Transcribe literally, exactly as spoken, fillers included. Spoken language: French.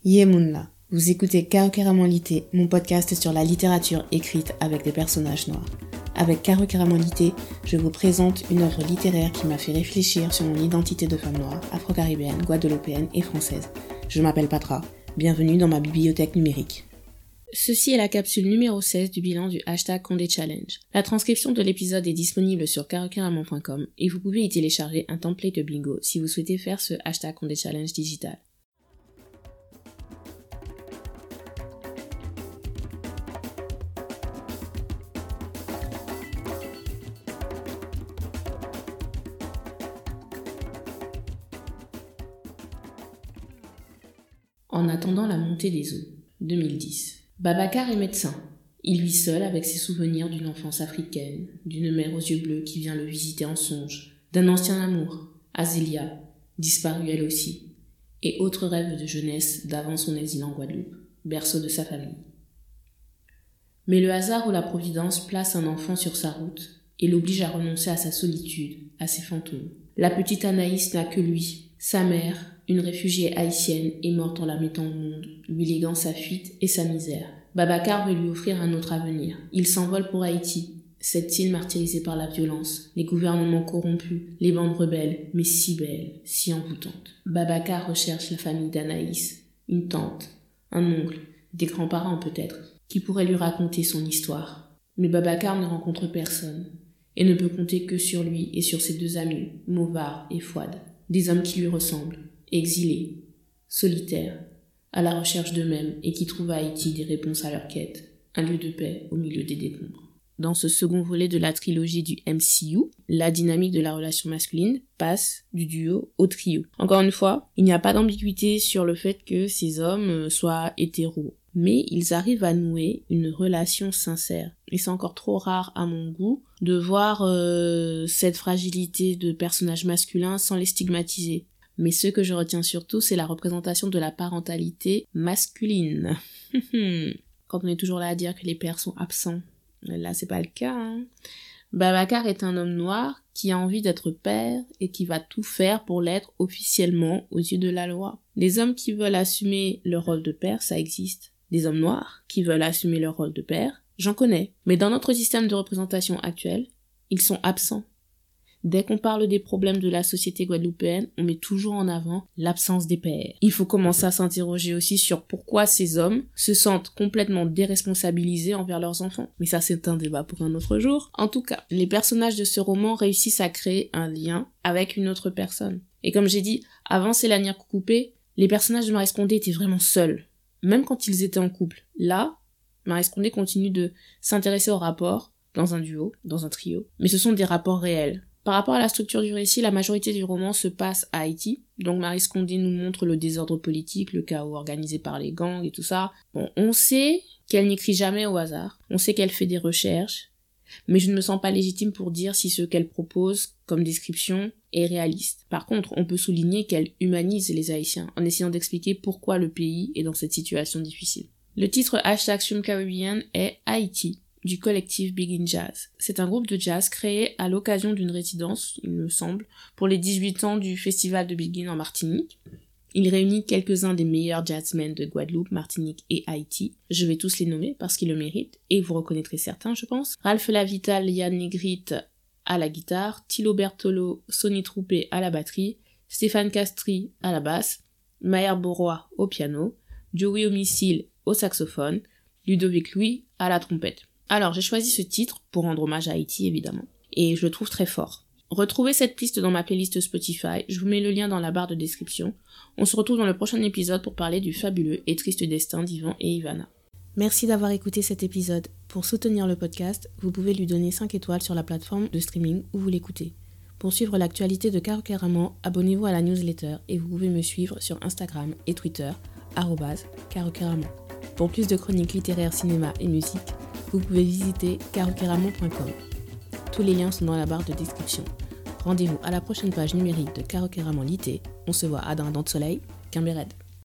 Yemunla, vous écoutez Karokeramon Lité, mon podcast sur la littérature écrite avec des personnages noirs. Avec Karokeramon Lité, je vous présente une œuvre littéraire qui m'a fait réfléchir sur mon identité de femme noire, afro-caribéenne, guadeloupéenne et française. Je m'appelle Patra, bienvenue dans ma bibliothèque numérique. Ceci est la capsule numéro seize du bilan du hashtag Condé Challenge. La transcription de l'épisode est disponible sur karokeramon point com et vous pouvez y télécharger un template de bingo si vous souhaitez faire ce hashtag Condé Challenge digital. En attendant la montée des eaux, deux mille dix. Babacar est médecin. Il vit seul avec ses souvenirs d'une enfance africaine, d'une mère aux yeux bleus qui vient le visiter en songe, d'un ancien amour, Azélia, disparue elle aussi, et autres rêves de jeunesse d'avant son exil en Guadeloupe, berceau de sa famille. Mais le hasard ou la providence place un enfant sur sa route et l'oblige à renoncer à sa solitude, à ses fantômes. La petite Anaïs n'a que lui, sa mère, une réfugiée haïtienne, est morte en la mettant au monde, lui léguant sa fuite et sa misère. Babacar veut lui offrir un autre avenir. Il s'envole pour Haïti, cette île martyrisée par la violence, les gouvernements corrompus, les bandes rebelles, mais si belles, si envoûtantes. Babacar recherche la famille d'Anaïs, une tante, un oncle, des grands-parents peut-être, qui pourraient lui raconter son histoire. Mais Babacar ne rencontre personne, et ne peut compter que sur lui et sur ses deux amis, Movar et Fouad, des hommes qui lui ressemblent, exilés, solitaires, à la recherche d'eux-mêmes et qui trouvent à Haïti des réponses à leur quête, un lieu de paix au milieu des décombres. Dans ce second volet de la trilogie du M C U, la dynamique de la relation masculine passe du duo au trio. Encore une fois, il n'y a pas d'ambiguïté sur le fait que ces hommes soient hétéros, mais ils arrivent à nouer une relation sincère. Et c'est encore trop rare à mon goût de voir euh, cette fragilité de personnages masculins sans les stigmatiser. Mais ce que je retiens surtout, c'est la représentation de la parentalité masculine. Quand on est toujours là à dire que les pères sont absents, là c'est pas le cas. Hein. Babacar est un homme noir qui a envie d'être père et qui va tout faire pour l'être officiellement aux yeux de la loi. Les hommes qui veulent assumer leur rôle de père, ça existe. Des hommes noirs qui veulent assumer leur rôle de père, j'en connais. Mais dans notre système de représentation actuel, ils sont absents. Dès qu'on parle des problèmes de la société guadeloupéenne, on met toujours en avant l'absence des pères. Il faut commencer à s'interroger aussi sur pourquoi ces hommes se sentent complètement déresponsabilisés envers leurs enfants. Mais ça, c'est un débat pour un autre jour. En tout cas, les personnages de ce roman réussissent à créer un lien avec une autre personne. Et comme j'ai dit, avant C'est Lanière Coupée, les personnages de Maryse Condé étaient vraiment seuls, même quand ils étaient en couple. Là, Maryse Condé continue de s'intéresser aux rapports dans un duo, dans un trio, mais ce sont des rapports réels. Par rapport à la structure du récit, la majorité du roman se passe à Haïti, donc Maryse Condé nous montre le désordre politique, le chaos organisé par les gangs et tout ça. Bon, on sait qu'elle n'écrit jamais au hasard, on sait qu'elle fait des recherches, mais je ne me sens pas légitime pour dire si ce qu'elle propose comme description est réaliste. Par contre, on peut souligner qu'elle humanise les Haïtiens, en essayant d'expliquer pourquoi le pays est dans cette situation difficile. Le titre hashtag Stream Caribbean est Haïti, du collectif Big in Jazz. C'est un groupe de jazz créé à l'occasion d'une résidence, il me semble, pour les dix-huit ans du festival de Big In en Martinique. Il réunit quelques-uns des meilleurs jazzmen de Guadeloupe, Martinique et Haïti. Je vais tous les nommer parce qu'ils le méritent, et vous reconnaîtrez certains, je pense. Ralph Lavital, Yann Negrite à la guitare, Thilo Bertolo, Sonny Troupé à la batterie, Stéphane Castri à la basse, Maher Borois au piano, Joey Homicile au saxophone, Ludovic Louis à la trompette. Alors, j'ai choisi ce titre pour rendre hommage à Haïti, évidemment, et je le trouve très fort. Retrouvez cette piste dans ma playlist Spotify, je vous mets le lien dans la barre de description. On se retrouve dans le prochain épisode pour parler du fabuleux et triste destin d'Ivan et Ivana. Merci d'avoir écouté cet épisode. Pour soutenir le podcast, vous pouvez lui donner cinq étoiles sur la plateforme de streaming où vous l'écoutez. Pour suivre l'actualité de Karokeramon, abonnez-vous à la newsletter et vous pouvez me suivre sur Instagram et Twitter, arobase Karokeramon. Pour plus de chroniques littéraires, cinéma et musique, vous pouvez visiter karokeramon point com. Tous les liens sont dans la barre de description. Rendez-vous à la prochaine page numérique de Karokeramon Lité. On se voit à Dindon de Soleil, Quimbered.